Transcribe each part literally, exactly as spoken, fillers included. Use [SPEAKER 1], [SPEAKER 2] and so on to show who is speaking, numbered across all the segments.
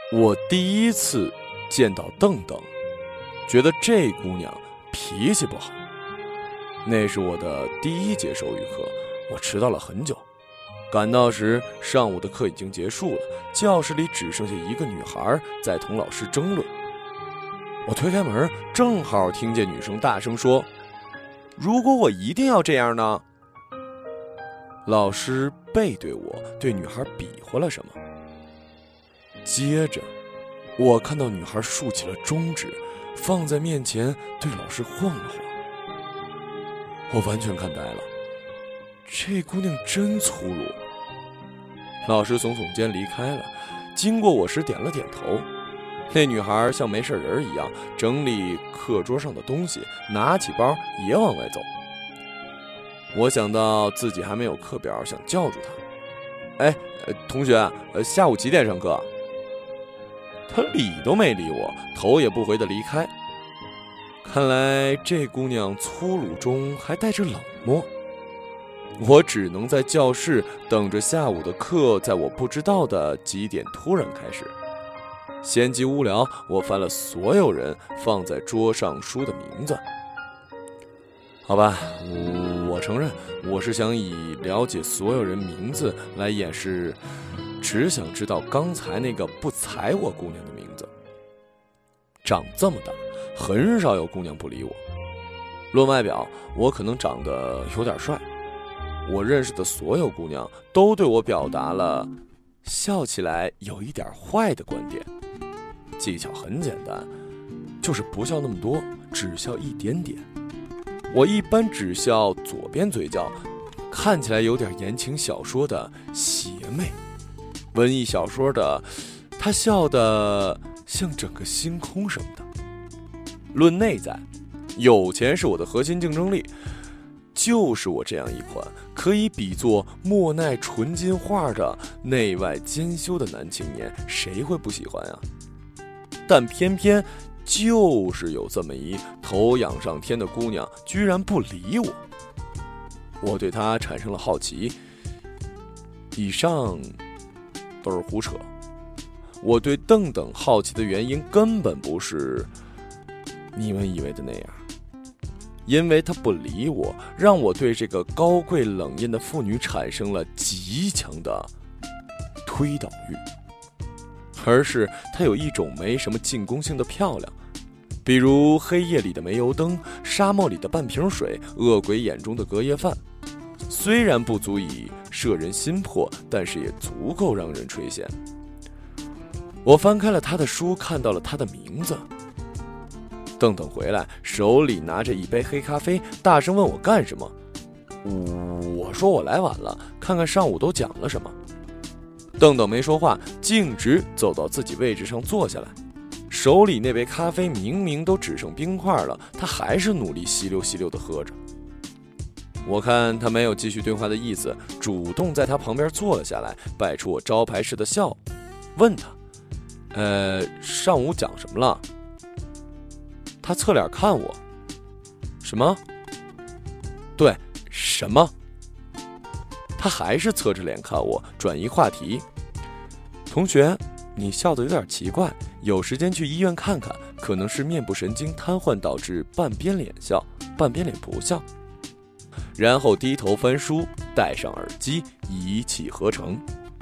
[SPEAKER 1] 我第一次见到邓邓，觉得这姑娘脾气不好。那是我的第一节手语课，我迟到了很久。赶到时，上午的课已经结束了，教室里只剩下一个女孩在同老师争论。我推开门，正好听见女生大声说：“如果我一定要这样呢？”老师背对我，对女孩比划了什么。接着，我看到女孩竖起了中指，放在面前，对老师晃了晃。我完全看呆了，这姑娘真粗鲁。老师耸耸肩离开了，经过我时点了点头。那女孩像没事人一样整理课桌上的东西，拿起包也往外走。我想到自己还没有课表，想叫住她：“哎，同学，下午几点上课？”她理都没理我，头也不回地离开。看来这姑娘粗鲁中还带着冷漠。我只能在教室等着下午的课在我不知道的几点突然开始。闲极无聊，我翻了所有人放在桌上书的名字。好吧，我我承认，我是想以了解所有人名字来掩饰只想知道刚才那个不睬我姑娘的名字。长这么大，很少有姑娘不理我。论外表，我可能长得有点帅。我认识的所有姑娘都对我表达了笑起来有一点坏的观点。技巧很简单，就是不笑那么多，只笑一点点。我一般只笑左边嘴角，看起来有点言情小说的邪魅，文艺小说的他笑得像整个星空什么的。论内在，有钱是我的核心竞争力，就是我这样一款可以比作莫奈纯金画的内外兼修的男青年，谁会不喜欢啊？但偏偏就是有这么一头仰上天的姑娘，居然不理我。我对她产生了好奇。以上都是胡扯。我对邓邓好奇的原因根本不是你们以为的那样，因为她不理我，让我对这个高贵冷艳的妇女产生了极强的推导欲，而是她有一种没什么进攻性的漂亮，比如黑夜里的煤油灯，沙漠里的半瓶水，恶鬼眼中的隔夜饭。虽然不足以摄人心魄，但是也足够让人垂涎。我翻开了他的书，看到了他的名字。邓邓回来，手里拿着一杯黑咖啡，大声问我干什么。我说我来晚了，看看上午都讲了什么。邓邓没说话，径直走到自己位置上坐下来，手里那杯咖啡明明都只剩冰块了，他还是努力吸溜吸溜地喝着。我看他没有继续对话的意思，主动在他旁边坐了下来，摆出我招牌式的笑，问他：呃，上午讲什么了？他侧脸看我。什么？对，什么？他还是侧着脸看我，转移话题。同学，你笑得有点奇怪，有时间去医院看看，可能是面部神经瘫痪导致半边脸笑，半边脸不笑。然后低头翻书，戴上耳机，一气呵成。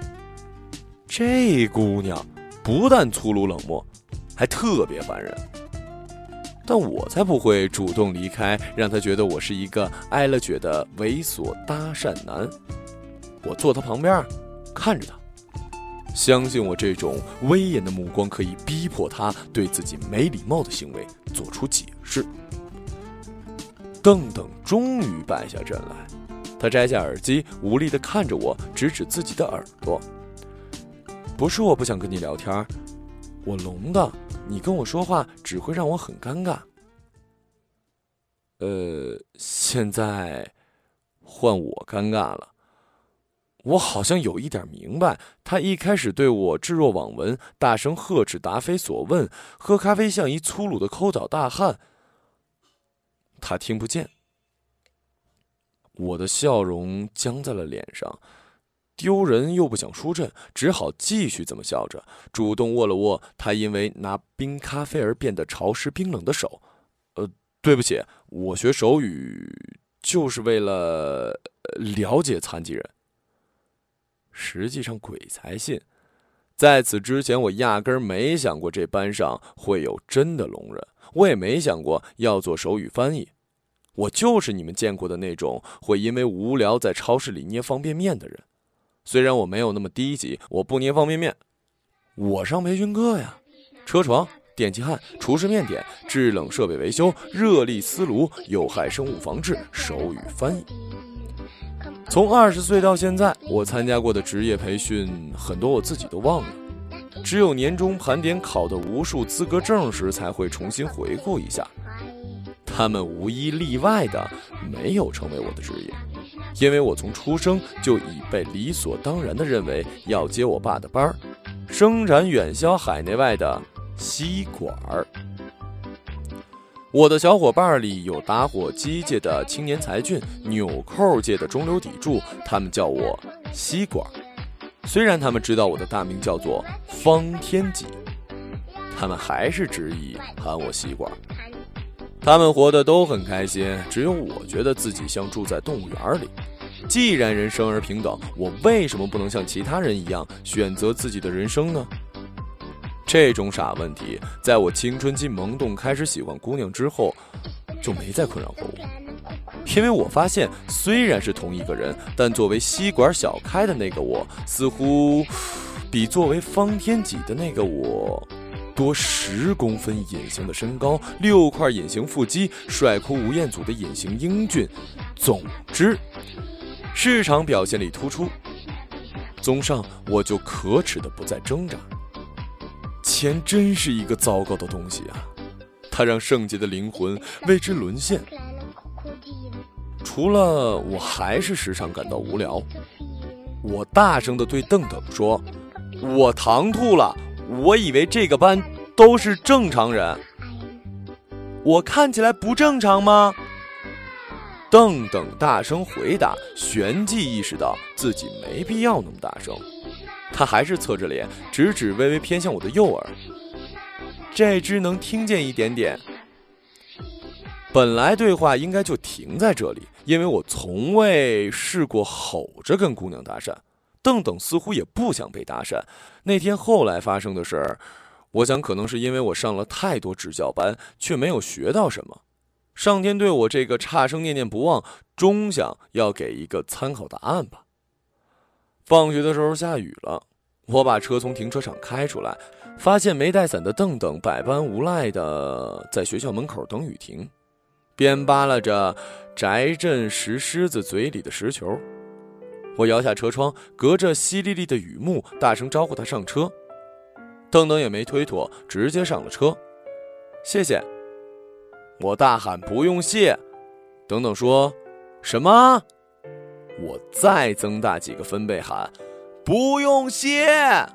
[SPEAKER 1] 这姑娘不但粗鲁冷漠，还特别烦人。但我才不会主动离开，让她觉得我是一个挨了撅的猥琐搭讪男。我坐她旁边，看着她，相信我这种威严的目光可以逼迫她对自己没礼貌的行为做出解释。邓邓终于败下阵来，他摘下耳机，无力地看着我，指指自己的耳朵。不是我不想跟你聊天，我聋的，你跟我说话只会让我很尴尬。呃，现在换我尴尬了。我好像有一点明白，他一开始对我置若罔闻，大声呵斥，答非所问，喝咖啡像一粗鲁的抠脚大汉，他听不见。我的笑容僵在了脸上， 丢人又不想输阵，只好继续这么笑着，主动握了握他因为拿冰咖啡而变得潮湿冰冷的手。呃，对不起，我学手语就是为了了解残疾人。实际上鬼才信，在此之前我压根儿没想过这班上会有真的聋人，我也没想过要做手语翻译。我就是你们见过的那种会因为无聊在超市里捏方便面的人。虽然我没有那么低级，我不捏方便面，我上培训课呀，车床、电气焊、厨师面点、制冷设备维修、热力丝炉、有害生物防治、手语翻译。从二十岁到现在，我参加过的职业培训很多我自己都忘了，只有年终盘点考的无数资格证时才会重新回顾一下。他们无一例外的没有成为我的职业，因为我从出生就已被理所当然的认为要接我爸的班儿，生产远销海内外的吸管儿。我的小伙伴里有打火机界的青年才俊，纽扣界的中流砥柱，他们叫我吸管。虽然他们知道我的大名叫做方天戟，他们还是执意喊我吸管。他们活得都很开心，只有我觉得自己像住在动物园里。既然人生而平等，我为什么不能像其他人一样选择自己的人生呢？这种傻问题，在我青春期萌动开始喜欢姑娘之后，就没再困扰过我。因为我发现，虽然是同一个人，但作为吸管小开的那个我，似乎比作为方天戟的那个我多十公分隐形的身高，六块隐形腹肌，帅哭吴彦祖的隐形英俊。总之，市场表现力突出。综上，我就可耻的不再挣扎。钱真是一个糟糕的东西啊，它让圣洁的灵魂为之沦陷。除了我还是时常感到无聊，我大声地对邓邓说，我唐突了，我以为这个班都是正常人。我看起来不正常吗？邓邓大声回答，旋即意识到自己没必要那么大声。他还是侧着脸，指指微微偏向我的右耳，这只能听见一点点。本来对话应该就停在这里，因为我从未试过吼着跟姑娘搭讪，邓邓似乎也不想被搭讪。那天后来发生的事儿，我想可能是因为我上了太多支教班，却没有学到什么。上天对我这个差生念念不忘，终想要给一个参考答案吧。放学的时候下雨了，我把车从停车场开出来，发现没带伞的邓邓百般无赖的在学校门口等雨停，边扒拉着翟镇石狮子嘴里的石球。我摇下车窗，隔着淅沥沥的雨幕大声招呼他上车。邓邓也没推脱，直接上了车。谢谢。我大喊不用谢。邓邓说什么？我再增大几个分贝喊不用谢。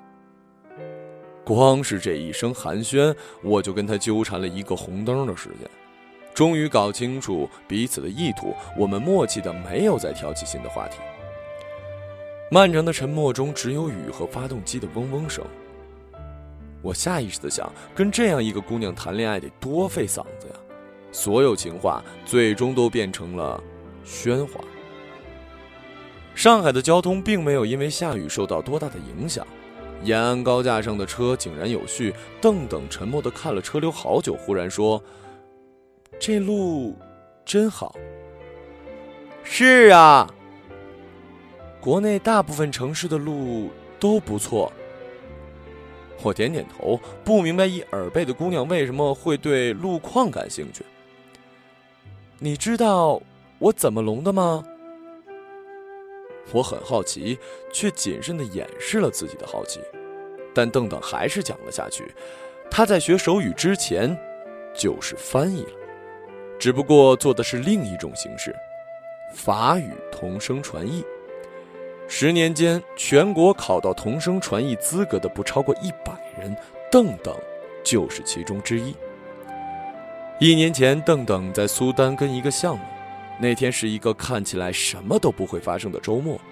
[SPEAKER 1] 光是这一声寒暄，我就跟他纠缠了一个红灯的时间，终于搞清楚彼此的意图，我们默契的没有再挑起新的话题。漫长的沉默中只有雨和发动机的嗡嗡声。我下意识的想，跟这样一个姑娘谈恋爱得多费嗓子呀，所有情话最终都变成了喧哗。上海的交通并没有因为下雨受到多大的影响，延安高架上的车井然有序。邓邓沉默地看了车流好久，忽然说，这路真好。是啊，国内大部分城市的路都不错。我点点头，不明白一耳背的姑娘为什么会对路况感兴趣。你知道我怎么聋的吗？我很好奇，却谨慎地掩饰了自己的好奇。但邓邓还是讲了下去，他在学手语之前就是翻译了，只不过做的是另一种形式，法语同声传译。十年间，全国考到同声传译资格的不超过一百人，邓邓就是其中之一。一年前，邓邓在苏丹跟一个项目，那天是一个看起来什么都不会发生的周末。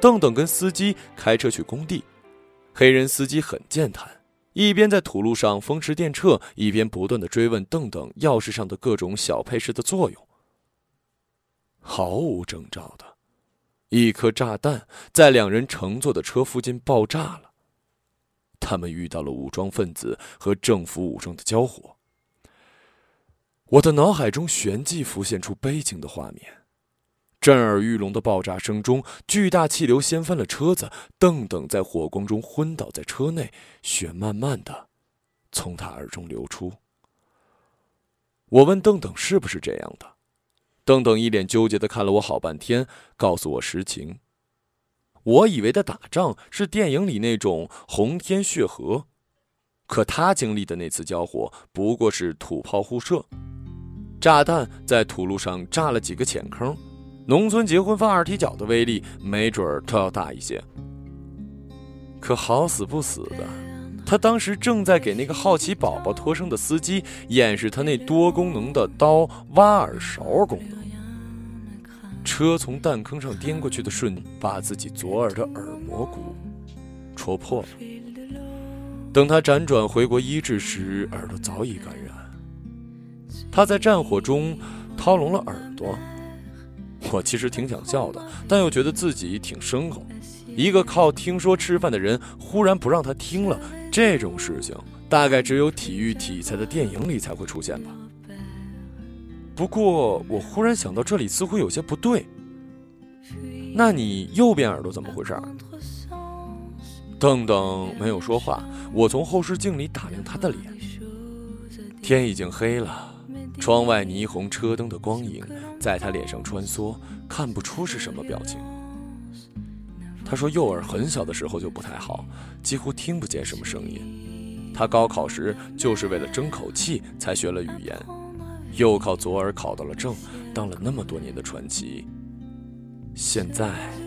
[SPEAKER 1] 邓邓跟司机开车去工地，黑人司机很健谈，一边在土路上风驰电掣，一边不断地追问邓邓钥匙上的各种小配饰的作用。毫无征兆的，一颗炸弹在两人乘坐的车附近爆炸了。他们遇到了武装分子和政府武装的交火。我的脑海中旋即浮现出悲情的画面，震耳欲聋的爆炸声中，巨大气流掀翻了车子，邓邓在火光中昏倒在车内，血慢慢的从他耳中流出。我问邓邓是不是这样的，邓邓一脸纠结地看了我好半天，告诉我实情。我以为的打仗是电影里那种红天血河，可他经历的那次交火不过是土炮互射，炸弹在土路上炸了几个浅坑，农村结婚放二踢脚的威力没准儿都要大一些。可好死不死的，他当时正在给那个好奇宝宝托生的司机演示他那多功能的刀挖耳勺功能。车从弹坑上颠过去的瞬间，把自己左耳的耳膜骨戳破了。等他辗转回国医治时，耳朵早已感染。他在战火中掏聋了耳朵。我其实挺想笑的，但又觉得自己挺牲口。一个靠听说吃饭的人，忽然不让他听了，这种事情大概只有体育题材的电影里才会出现吧。不过我忽然想到这里似乎有些不对。那你右边耳朵怎么回事？邓邓没有说话，我从后视镜里打量他的脸。天已经黑了，窗外霓虹车灯的光影在他脸上穿梭，看不出是什么表情。他说右耳很小的时候就不太好，几乎听不见什么声音。他高考时就是为了争口气才学了语言，又靠左耳考到了证，当了那么多年的传奇。现在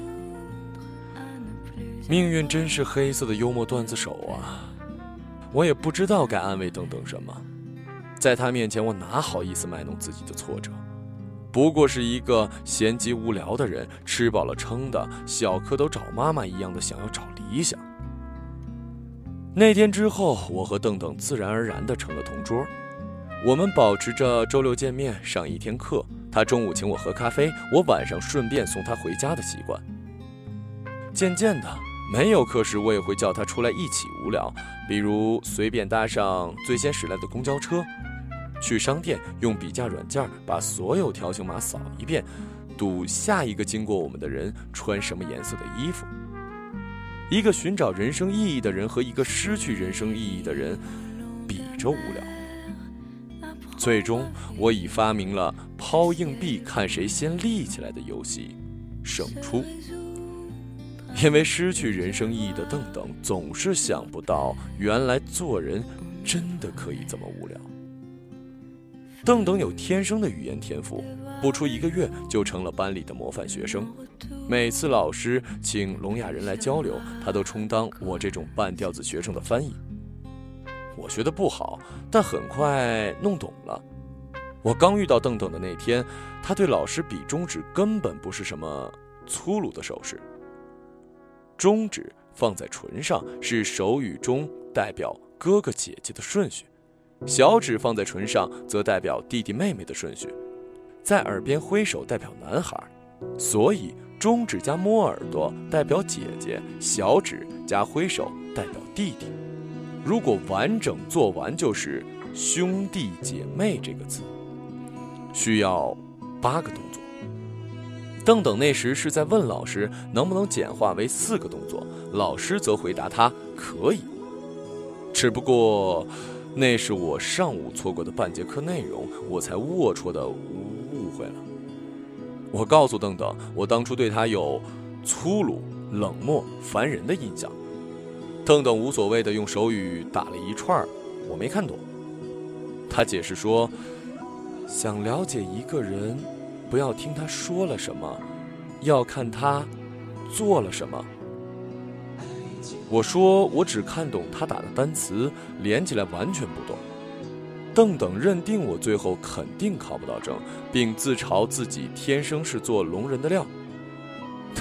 [SPEAKER 1] 命运真是黑色的幽默段子手啊！我也不知道该安慰邓邓什么，在他面前我哪好意思卖弄自己的挫折，不过是一个闲极无聊的人，吃饱了撑的小蝌蚪找妈妈一样的想要找理想。那天之后，我和邓邓自然而然地成了同桌，我们保持着周六见面上一天课，他中午请我喝咖啡，我晚上顺便送他回家的习惯。渐渐的，没有课时我也会叫他出来一起无聊，比如随便搭上最先驶来的公交车，去商店用笔架软件把所有条形码扫一遍，赌下一个经过我们的人穿什么颜色的衣服。一个寻找人生意义的人和一个失去人生意义的人比着无聊。最终我已发明了抛硬币看谁先立起来的游戏，胜出。因为失去人生意义的邓邓总是想不到原来做人真的可以这么无聊。邓邓有天生的语言天赋，不出一个月就成了班里的模范学生。每次老师请聋哑人来交流，他都充当我这种半吊子学生的翻译。我学得不好，但很快弄懂了。我刚遇到邓邓的那天，他对老师比中指根本不是什么粗鲁的手势。中指放在唇上是手语中代表哥哥姐姐的顺序，小指放在唇上则代表弟弟妹妹的顺序，在耳边挥手代表男孩，所以中指加摸耳朵代表姐姐，小指加挥手代表弟弟。如果完整做完就是兄弟姐妹这个字，需要八个动作。邓邓那时是在问老师能不能简化为四个动作，老师则回答他可以。只不过那是我上午错过的半节课内容，我才龌龊的误会了。我告诉邓邓，我当初对他有粗鲁、冷漠、烦人的印象。邓邓无所谓的用手语打了一串，我没看懂。他解释说，想了解一个人，不要听他说了什么，要看他做了什么。我说我只看懂他打的单词，连起来完全不懂。邓邓认定我最后肯定考不到证，并自嘲自己天生是做聋人的料。他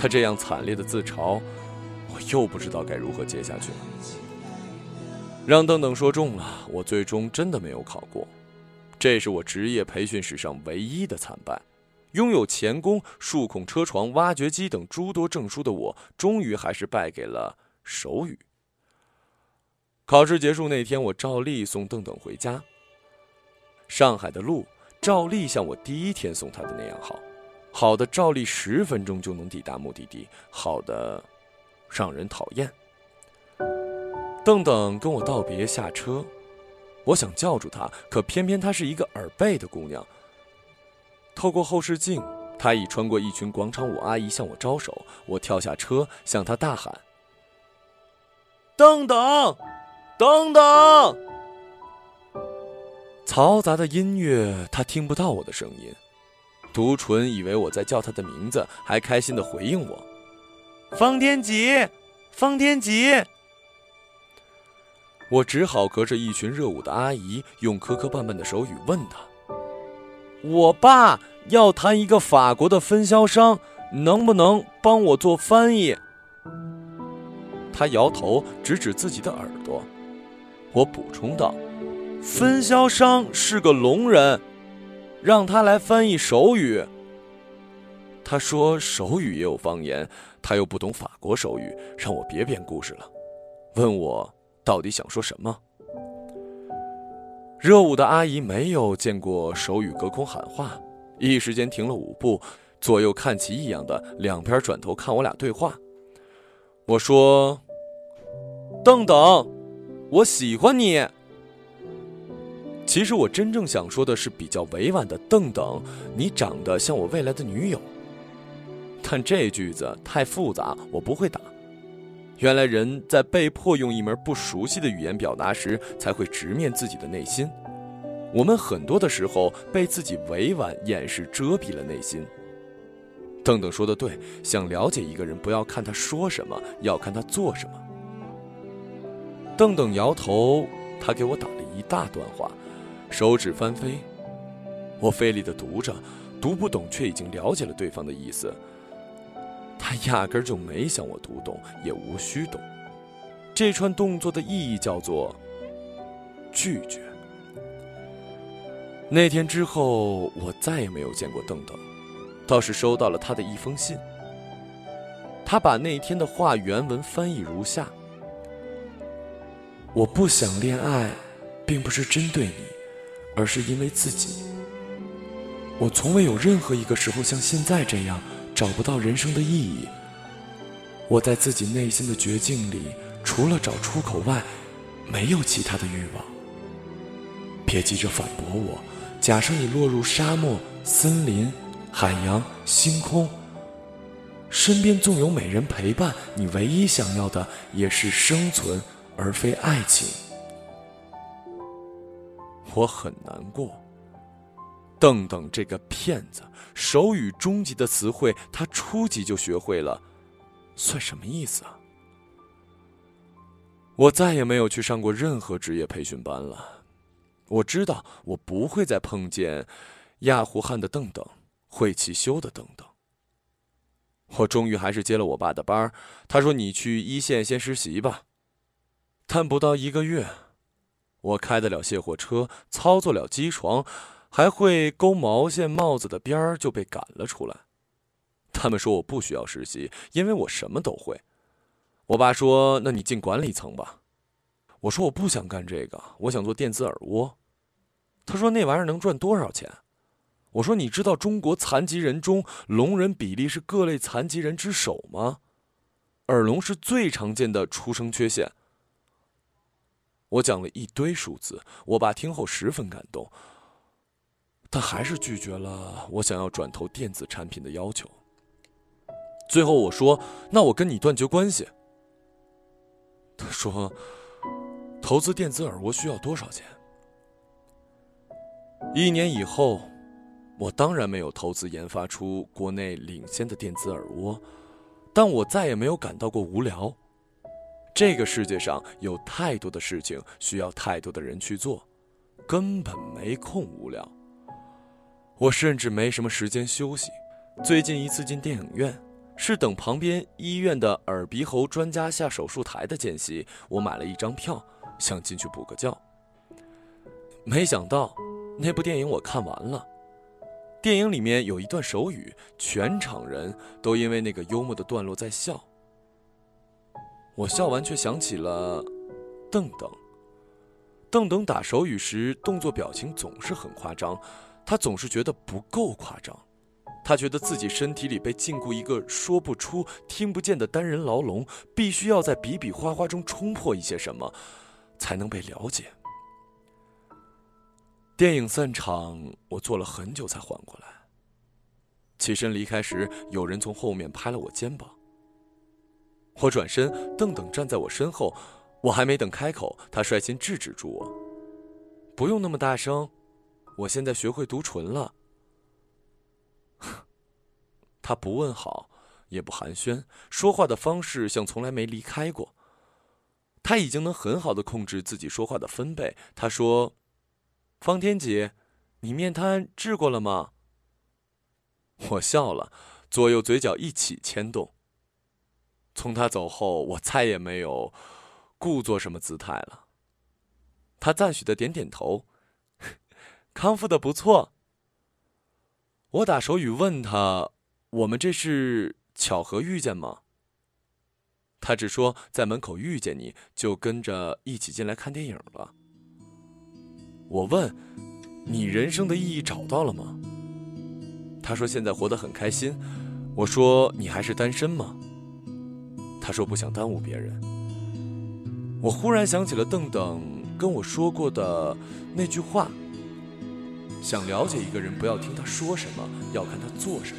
[SPEAKER 1] 他这样惨烈的自嘲，我又不知道该如何接下去了。让邓邓说中了，我最终真的没有考过，这是我职业培训史上唯一的惨败。拥有钳工、数控车床、挖掘机等诸多证书的我，终于还是败给了手语。考试结束那天，我照例送邓邓回家。上海的路照例像我第一天送他的那样好，好的照例十分钟就能抵达目的地，好的让人讨厌。邓邓跟我道别下车，我想叫住她，可偏偏她是一个耳背的姑娘。透过后视镜，她已穿过一群广场舞阿姨向我招手，我跳下车向她大喊：邓邓，邓邓！嘈杂的音乐，她听不到我的声音，独纯以为我在叫她的名字，还开心地回应我：方天吉，方天吉。我只好隔着一群热舞的阿姨，用磕磕绊绊的手语问她：我爸要谈一个法国的分销商，能不能帮我做翻译？他摇头，指指自己的耳朵。我补充道：分销商是个聋人，让他来翻译手语。他说手语也有方言，他又不懂法国手语，让我别编故事了，问我到底想说什么。热舞的阿姨没有见过手语隔空喊话，一时间停了舞步，左右看齐一样的两边转头看我俩对话。我说：邓邓，我喜欢你。其实我真正想说的是比较委婉的：邓邓，你长得像我未来的女友。但这句子太复杂，我不会打。原来人在被迫用一门不熟悉的语言表达时，才会直面自己的内心。我们很多的时候被自己委婉掩饰遮蔽了内心。邓邓说的对，想了解一个人，不要看他说什么，要看他做什么。邓邓摇头，他给我打了一大段话，手指翻飞。我费力地读着，读不懂却已经了解了对方的意思。他压根就没想我读懂，也无需懂。这串动作的意义叫做拒绝。那天之后，我再也没有见过邓邓，倒是收到了他的一封信。他把那天的话原文翻译如下：我不想恋爱，并不是针对你，而是因为自己。我从未有任何一个时候像现在这样找不到人生的意义。我在自己内心的绝境里，除了找出口外，没有其他的欲望。别急着反驳我，假设你落入沙漠、森林、海洋、星空，身边纵有美人陪伴，你唯一想要的也是生存，而非爱情。我很难过。邓邓这个骗子，手语中级的词汇他初级就学会了，算什么意思啊？我再也没有去上过任何职业培训班了。我知道我不会再碰见亚湖汉的邓邓，会汽修的邓邓。我终于还是接了我爸的班，他说你去一线先实习吧。但不到一个月，我开得了卸货车，操作了机床，还会勾毛线帽子的边儿，就被赶了出来。他们说我不需要实习，因为我什么都会。我爸说那你进管理层吧。我说我不想干这个，我想做电子耳蜗。他说那玩意儿能赚多少钱？我说你知道中国残疾人中聋人比例是各类残疾人之首吗？耳聋是最常见的出生缺陷。我讲了一堆数字，我爸听后十分感动，但还是拒绝了我想要转投电子产品的要求。最后我说那我跟你断绝关系。他说投资电子耳蜗需要多少钱？一年以后，我当然没有投资研发出国内领先的电子耳蜗，但我再也没有感到过无聊。这个世界上有太多的事情需要太多的人去做，根本没空无聊。我甚至没什么时间休息。最近一次进电影院， 是等旁边医院的耳鼻喉专家下手术台的间隙，我买了一张票，想进去补个觉。没想到那部电影我看完了，电影里面有一段手语，全场人都因为那个幽默的段落在笑。我笑完却想起了邓邓。邓邓打手语时动作表情总是很夸张，他总是觉得不够夸张。他觉得自己身体里被禁锢一个说不出、听不见的单人牢笼，必须要在比比划划中冲破一些什么，才能被了解。电影散场，我坐了很久才缓过来。起身离开时，有人从后面拍了我肩膀。我转身，邓邓站在我身后，我还没等开口，他率先制止住我：“不用那么大声，我现在学会读唇了。”他不问好，也不寒暄，说话的方式像从来没离开过。他已经能很好地控制自己说话的分贝。他说：“方天姐，你面瘫治过了吗？”我笑了，左右嘴角一起牵动。从他走后，我再也没有故作什么姿态了。他赞许地点点头，康复得不错。我打手语问他：“我们这是巧合遇见吗？”他只说在门口遇见你，就跟着一起进来看电影了。我问：“你人生的意义找到了吗？”他说：“现在活得很开心。”我说：“你还是单身吗？”他说：“不想耽误别人。”我忽然想起了邓邓跟我说过的那句话：想了解一个人，不要听他说什么，要看他做什么。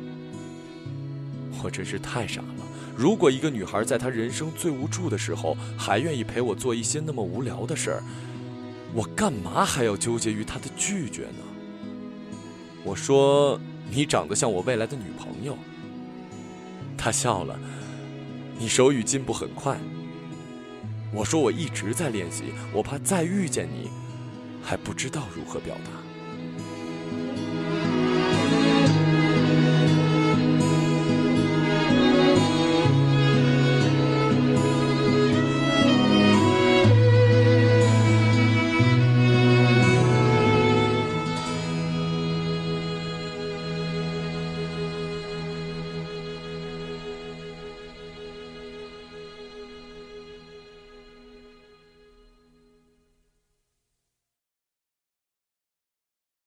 [SPEAKER 1] 我真是太傻了。如果一个女孩在她人生最无助的时候，还愿意陪我做一些那么无聊的事儿，我干嘛还要纠结于她的拒绝呢？我说：“你长得像我未来的女朋友。”她笑了：“你手语进步很快。”我说：“我一直在练习，我怕再遇见你，还不知道如何表达。”